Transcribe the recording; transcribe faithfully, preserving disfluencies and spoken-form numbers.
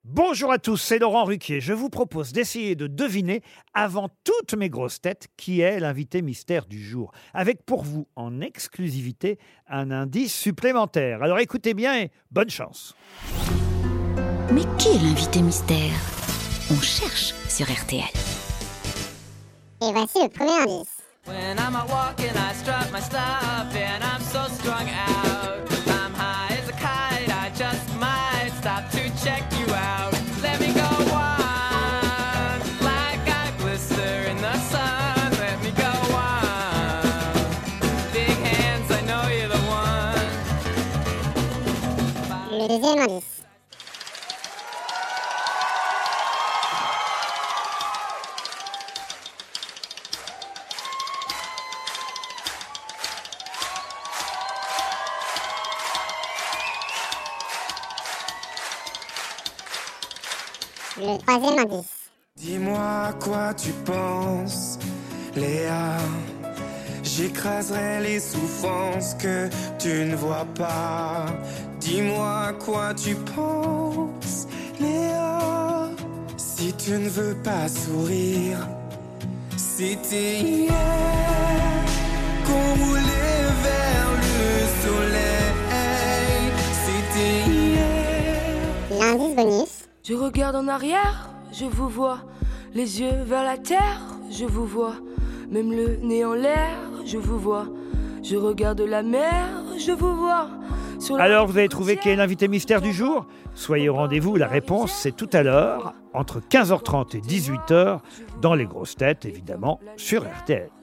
Bonjour à tous, c'est Laurent Ruquier. Je vous propose d'essayer de deviner, avant toutes mes grosses têtes, qui est l'invité mystère du jour. Avec pour vous, en exclusivité, un indice supplémentaire. Alors écoutez bien et bonne chance. Mais qui est l'invité mystère? On cherche sur R T L. Et voici le premier indice. When I'm out walking, I strut my stuff and I'm so strung out. I'm high as a kite, I just might stop to check you out. Let me go on, like I blister in the sun. Let me go on, big hands, I know you're the one. Le deuxième indice. Le troisième indice. Dis-moi quoi tu penses, Léa. J'écraserai les souffrances que tu ne vois pas. Dis-moi quoi tu penses, Léa. Si tu ne veux pas sourire, c'était hier qu'on roulait vers le soleil. C'était hier. L'indice bonus. Je regarde en arrière, je vous vois. Les yeux vers la terre, je vous vois. Même le nez en l'air, je vous vois. Je regarde la mer, je vous vois. Sur la Alors vous avez trouvé qui est l'invité mystère du jour? Soyez au rendez-vous, la réponse c'est tout à l'heure, entre quinze heures trente et dix-huit heures, dans les grosses têtes évidemment, sur R T L.